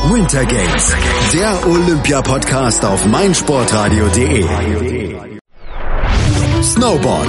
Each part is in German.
Winter Games, der Olympia-Podcast auf meinsportradio.de. Snowboard.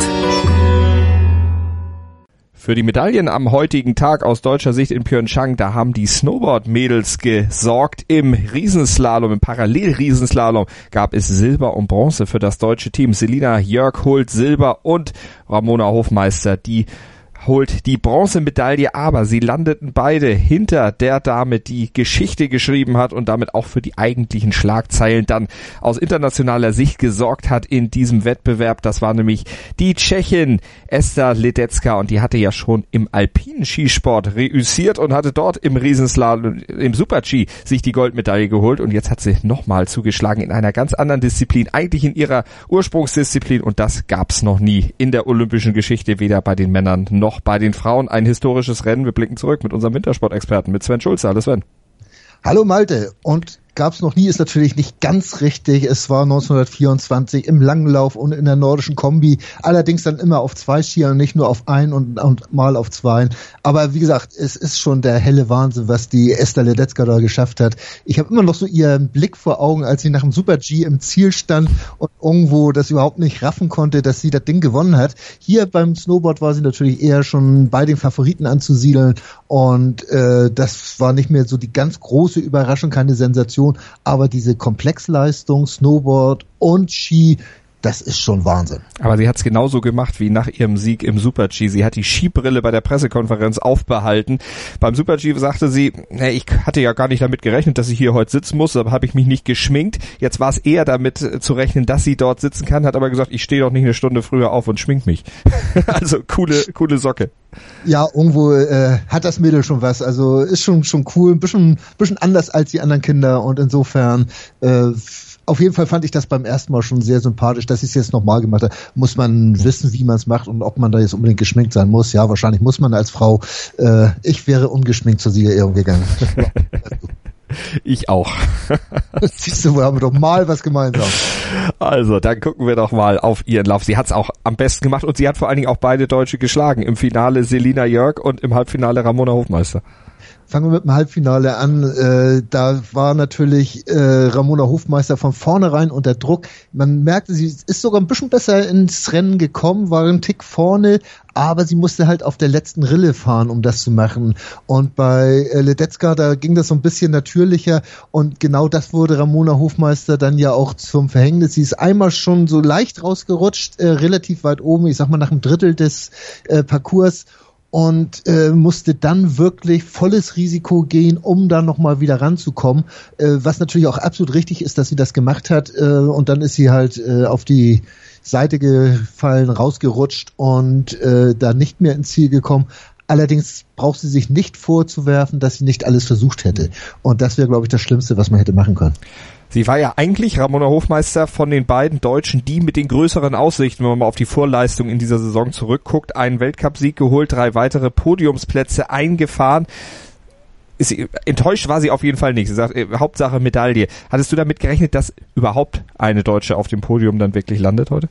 Für die Medaillen am heutigen Tag aus deutscher Sicht in Pyeongchang, da haben die Snowboard-Mädels gesorgt. Im Riesenslalom, im Parallel-Riesenslalom gab es Silber und Bronze für das deutsche Team. Selina Jörg holt Silber und Ramona Hofmeister, die holt die Bronzemedaille, aber sie landeten beide hinter der Dame, die Geschichte geschrieben hat und damit auch für die eigentlichen Schlagzeilen dann aus internationaler Sicht gesorgt hat in diesem Wettbewerb. Das war nämlich die Tschechin Ester Ledecká und die hatte ja schon im alpinen Skisport reüssiert und hatte dort im Riesenslalom, im Super-G sich die Goldmedaille geholt und jetzt hat sie nochmal zugeschlagen in einer ganz anderen Disziplin, eigentlich in ihrer Ursprungsdisziplin und das gab's noch nie in der olympischen Geschichte, weder bei den Männern noch bei den Frauen. Ein historisches Rennen. Wir blicken zurück mit unserem Wintersportexperten, mit Sven Schulze. Hallo Sven. Hallo Malte. Und gab's noch nie, ist natürlich nicht ganz richtig. Es war 1924 im Langlauf und in der nordischen Kombi. Allerdings dann immer auf zwei Skiern und nicht nur auf ein und mal auf zwei. Aber wie gesagt, es ist schon der helle Wahnsinn, was die Ester Ledecká da geschafft hat. Ich habe immer noch so ihren Blick vor Augen, als sie nach dem Super-G im Ziel stand und irgendwo das überhaupt nicht raffen konnte, dass sie das Ding gewonnen hat. Hier beim Snowboard war sie natürlich eher schon bei den Favoriten anzusiedeln und das war nicht mehr so die ganz große Überraschung, keine Sensation. Aber diese Komplexleistung, Snowboard und Ski, das ist schon Wahnsinn. Aber sie hat es genauso gemacht wie nach ihrem Sieg im Super-G. Sie hat die Skibrille bei der Pressekonferenz aufbehalten. Beim Super-G sagte sie, ich hatte ja gar nicht damit gerechnet, dass ich hier heute sitzen muss, aber habe ich mich nicht geschminkt. Jetzt war es eher damit zu rechnen, dass sie dort sitzen kann, hat aber gesagt, ich stehe doch nicht eine Stunde früher auf und schmink mich. Also coole Socke. Ja, irgendwo hat das Mädel schon was. Also ist schon cool, ein bisschen anders als die anderen Kinder und insofern auf jeden Fall fand ich das beim ersten Mal schon sehr sympathisch, dass sie es jetzt nochmal gemacht hat. Muss man wissen, wie man es macht und ob man da jetzt unbedingt geschminkt sein muss. Ja, wahrscheinlich muss man als Frau. Ich wäre ungeschminkt zur Siegerehrung gegangen. Ich auch. Siehst du, wir haben doch mal was gemeinsam. Also, dann gucken wir doch mal auf ihren Lauf. Sie hat es auch am besten gemacht und sie hat vor allen Dingen auch beide Deutsche geschlagen. Im Finale Selina Jörg und im Halbfinale Ramona Hofmeister. Fangen wir mit dem Halbfinale an. Da war natürlich Ramona Hofmeister von vornherein unter Druck. Man merkte, sie ist sogar ein bisschen besser ins Rennen gekommen, war ein Tick vorne, aber sie musste halt auf der letzten Rille fahren, um das zu machen. Und bei Ledecká, da ging das so ein bisschen natürlicher und genau das wurde Ramona Hofmeister dann ja auch zum Verhängnis. Sie ist einmal schon so leicht rausgerutscht, relativ weit oben, ich sag mal nach einem Drittel des Parcours. Und musste dann wirklich volles Risiko gehen, um da nochmal wieder ranzukommen. Was natürlich auch absolut richtig ist, dass sie das gemacht hat. Und dann ist sie halt auf die Seite gefallen, rausgerutscht und da nicht mehr ins Ziel gekommen. Allerdings braucht sie sich nicht vorzuwerfen, dass sie nicht alles versucht hätte. Und das wäre, glaube ich, das Schlimmste, was man hätte machen können. Sie war ja eigentlich, Ramona Hofmeister, von den beiden Deutschen die mit den größeren Aussichten, wenn man mal auf die Vorleistung in dieser Saison zurückguckt. Einen Weltcupsieg geholt, 3 weitere Podiumsplätze eingefahren. Enttäuscht war sie auf jeden Fall nicht. Sie sagt, Hauptsache Medaille. Hattest du damit gerechnet, dass überhaupt eine Deutsche auf dem Podium dann wirklich landet heute?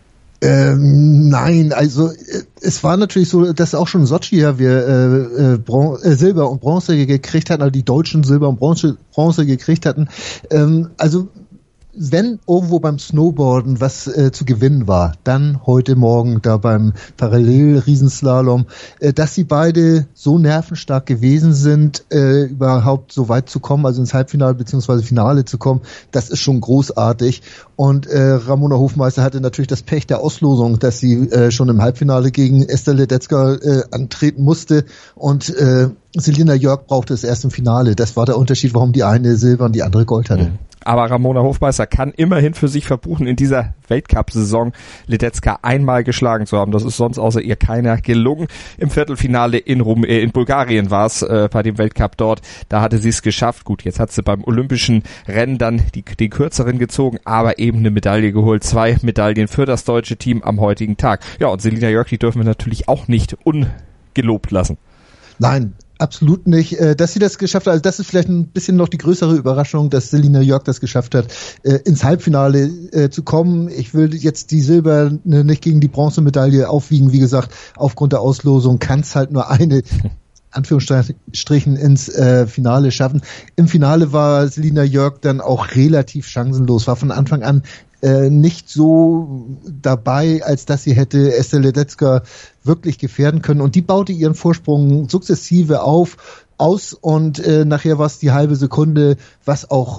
Nein, also es war natürlich so, dass auch schon in Sochi ja wir Silber und Bronze gekriegt hatten, also die Deutschen Silber und Bronze gekriegt hatten. Also wenn irgendwo beim Snowboarden was zu gewinnen war, dann heute Morgen da beim Parallel-Riesenslalom, dass sie beide so nervenstark gewesen sind, überhaupt so weit zu kommen, also ins Halbfinale bzw. Finale zu kommen, das ist schon großartig. Und Ramona Hofmeister hatte natürlich das Pech der Auslosung, dass sie schon im Halbfinale gegen Ester Ledecká antreten musste und Selina Jörg brauchte es erst im Finale. Das war der Unterschied, warum die eine Silber und die andere Gold hatte. Aber Ramona Hofmeister kann immerhin für sich verbuchen, in dieser Weltcup-Saison Ledecká einmal geschlagen zu haben. Das ist sonst außer ihr keiner gelungen. Im Viertelfinale in Bulgarien war es bei dem Weltcup dort. Da hatte sie es geschafft. Gut, jetzt hat sie beim olympischen Rennen dann den kürzeren gezogen, aber eben eine Medaille geholt. 2 Medaillen für das deutsche Team am heutigen Tag. Ja, und Selina Jörg, die dürfen wir natürlich auch nicht ungelobt lassen. Nein, absolut nicht. Dass sie das geschafft hat, also das ist vielleicht ein bisschen noch die größere Überraschung, dass Selina Jörg das geschafft hat, ins Halbfinale zu kommen. Ich will jetzt die Silber nicht gegen die Bronzemedaille aufwiegen. Wie gesagt, aufgrund der Auslosung kann es halt nur eine Anführungsstrichen ins Finale schaffen. Im Finale war Selina Jörg dann auch relativ chancenlos, war von Anfang an nicht so dabei, als dass sie hätte Esther Ledetzka wirklich gefährden können. Und die baute ihren Vorsprung sukzessive aus und nachher war es die halbe Sekunde, was auch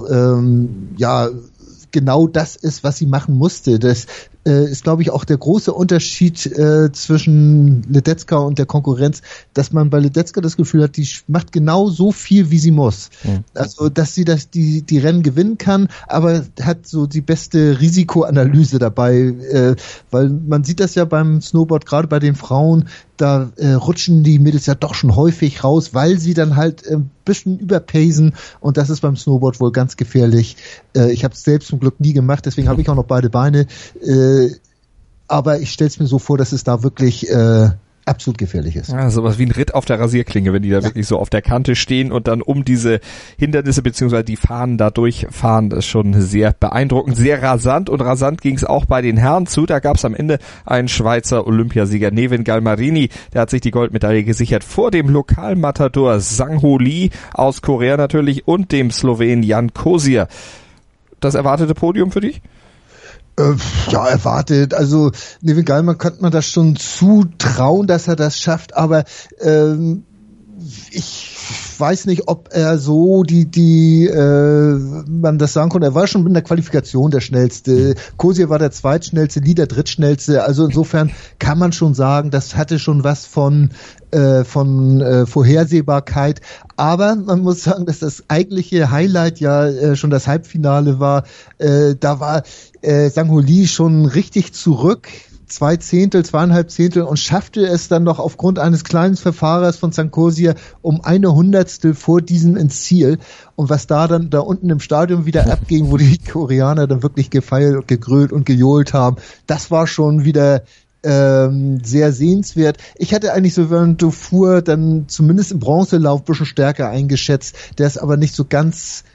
genau das ist, was sie machen musste. Das ist, glaube ich, auch der große Unterschied zwischen Ledetzka und der Konkurrenz, dass man bei Ledetzka das Gefühl hat, die macht genau so viel, wie sie muss. Ja. Also, dass sie die Rennen gewinnen kann, aber hat so die beste Risikoanalyse dabei, weil man sieht das ja beim Snowboard, gerade bei den Frauen, da rutschen die Mädels ja doch schon häufig raus, weil sie dann halt ein bisschen überpacen und das ist beim Snowboard wohl ganz gefährlich. Ich habe es selbst zum Glück nie gemacht, deswegen habe ich auch noch beide Beine. Aber ich stelle es mir so vor, dass es da wirklich absolut gefährlich ist. Ja, sowas wie ein Ritt auf der Rasierklinge, wenn die da wirklich so auf der Kante stehen und dann um diese Hindernisse bzw. die Fahnen da durchfahren. Das ist schon sehr beeindruckend, sehr rasant und rasant ging es auch bei den Herren zu. Da gab es am Ende einen Schweizer Olympiasieger, Nevin Galmarini, der hat sich die Goldmedaille gesichert vor dem Lokalmatador Sang-Ho Lee aus Korea natürlich und dem Slowenen Jan Kozier. Das erwartete Podium für dich? Ja, erwartet. Also Nevin Galman könnte man das schon zutrauen, dass er das schafft, aber ich weiß nicht, ob er so man das sagen konnte. Er war schon in der Qualifikation der schnellste. Kozier war der zweitschnellste, Lee der drittschnellste. Also insofern kann man schon sagen, das hatte schon was von Vorhersehbarkeit. Aber man muss sagen, dass das eigentliche Highlight ja schon das Halbfinale war. Da war Sang-Ho Lee schon richtig zurück. 2,5 Zehntel und schaffte es dann noch aufgrund eines kleinen Verfahrers von Sang Kozier um 1/100 vor diesem ins Ziel. Und was da dann da unten im Stadion wieder abging, wo die Koreaner dann wirklich gefeiert und gegrölt und gejohlt haben, das war schon wieder sehr sehenswert. Ich hatte eigentlich Sylvain Dufour dann zumindest im Bronzelauf ein bisschen stärker eingeschätzt, der es aber nicht so ganz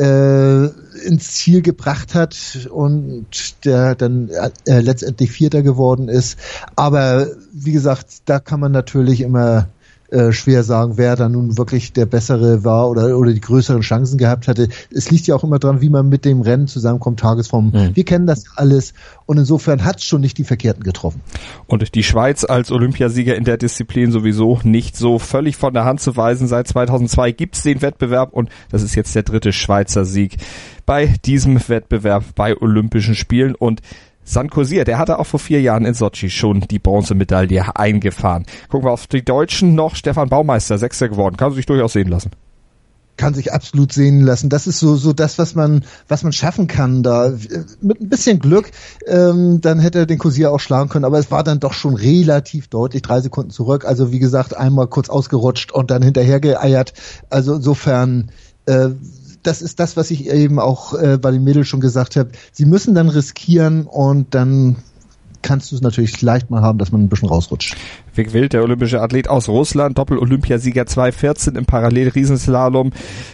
ins Ziel gebracht hat und der dann letztendlich Vierter geworden ist. Aber wie gesagt, da kann man natürlich immer schwer sagen, wer da nun wirklich der Bessere war oder die größeren Chancen gehabt hatte. Es liegt ja auch immer dran, wie man mit dem Rennen zusammenkommt, Tagesform. Wir kennen das alles und insofern hat es schon nicht die Verkehrten getroffen. Und die Schweiz als Olympiasieger in der Disziplin sowieso nicht so völlig von der Hand zu weisen. Seit 2002 gibt's den Wettbewerb und das ist jetzt der 3. Schweizer Sieg bei diesem Wettbewerb bei Olympischen Spielen und San Kozier, der hatte auch vor 4 Jahren in Sotschi schon die Bronzemedaille eingefahren. Gucken wir auf die Deutschen noch. Stefan Baumeister, 6. geworden. Kann sich durchaus sehen lassen. Kann sich absolut sehen lassen. Das ist so das, was man schaffen kann da. Mit ein bisschen Glück, dann hätte er den Kozier auch schlagen können, aber es war dann doch schon relativ deutlich, 3 Sekunden zurück. Also wie gesagt, einmal kurz ausgerutscht und dann hinterher geeiert. Also insofern, das ist das, was ich eben auch bei den Mädels schon gesagt habe. Sie müssen dann riskieren und dann kannst du es natürlich leicht mal haben, dass man ein bisschen rausrutscht. Vic Wild, der olympische Athlet aus Russland, Doppel-Olympiasieger 2014 im Parallel-Riesenslalom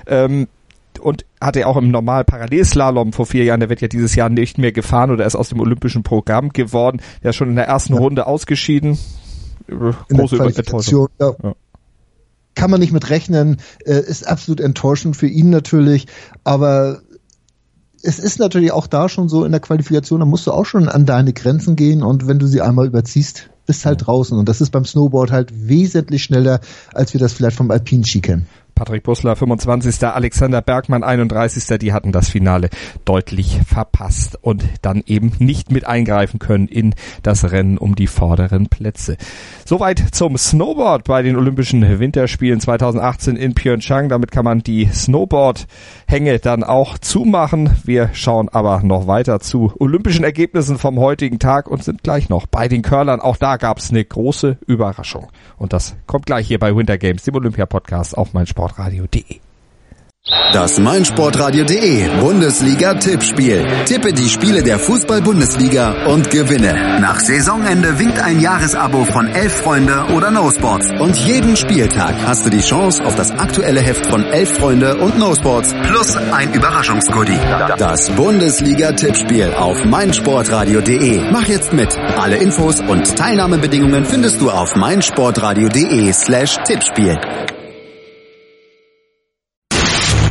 und hatte auch im Normal-Parallelslalom vor 4 Jahren, der wird ja dieses Jahr nicht mehr gefahren oder ist aus dem olympischen Programm geworden. Der ist schon in der ersten Runde ausgeschieden. Große Enttäuschung. Ja. Kann man nicht mit rechnen, ist absolut enttäuschend für ihn natürlich, aber es ist natürlich auch da schon so in der Qualifikation, da musst du auch schon an deine Grenzen gehen und wenn du sie einmal überziehst, bist halt draußen und das ist beim Snowboard halt wesentlich schneller, als wir das vielleicht vom Alpin-Ski kennen. Patrick Bussler 25., Alexander Bergmann 31., die hatten das Finale deutlich verpasst und dann eben nicht mit eingreifen können in das Rennen um die vorderen Plätze. Soweit zum Snowboard bei den Olympischen Winterspielen 2018 in Pyeongchang. Damit kann man die Snowboard-Hänge dann auch zumachen. Wir schauen aber noch weiter zu olympischen Ergebnissen vom heutigen Tag und sind gleich noch bei den Curlern. Auch da gab es eine große Überraschung. Und das kommt gleich hier bei Winter Games, dem Olympia-Podcast auf meinsportradio.de. Das meinsportradio.de Bundesliga-Tippspiel. Tippe die Spiele der Fußball-Bundesliga und gewinne. Nach Saisonende winkt ein Jahresabo von 11 Freunde oder NoSports. Und jeden Spieltag hast du die Chance auf das aktuelle Heft von 11 Freunde und NoSports plus ein Überraschungsgoodie. Das Bundesliga-Tippspiel auf meinsportradio.de. Mach jetzt mit. Alle Infos und Teilnahmebedingungen findest du auf meinsportradio.de/Tippspiel.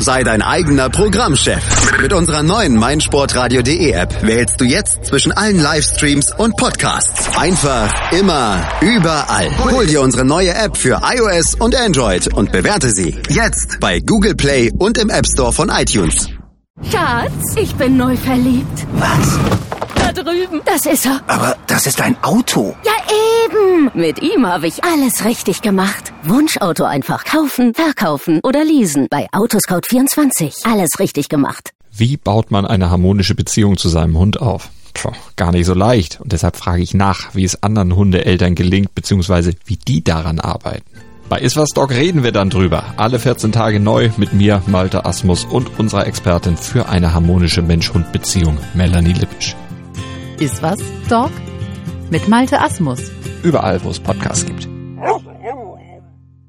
Sei dein eigener Programmchef. Mit unserer neuen meinsportradio.de App wählst du jetzt zwischen allen Livestreams und Podcasts. Einfach, immer, überall. Hol dir unsere neue App für iOS und Android und bewerte sie jetzt bei Google Play und im App Store von iTunes. Schatz, ich bin neu verliebt. Was? Da drüben. Das ist er. Aber das ist ein Auto. Ja, eben. Mit ihm habe ich alles richtig gemacht. Wunschauto einfach kaufen, verkaufen oder leasen. Bei Autoscout24. Alles richtig gemacht. Wie baut man eine harmonische Beziehung zu seinem Hund auf? Gar nicht so leicht. Und deshalb frage ich nach, wie es anderen Hundeeltern gelingt, beziehungsweise wie die daran arbeiten. Bei Iswas Dog reden wir dann drüber. Alle 14 Tage neu mit mir, Malte Asmus, und unserer Expertin für eine harmonische Mensch-Hund-Beziehung, Melanie Lippisch. Iswas Dog mit Malte Asmus. Überall, wo es Podcasts gibt.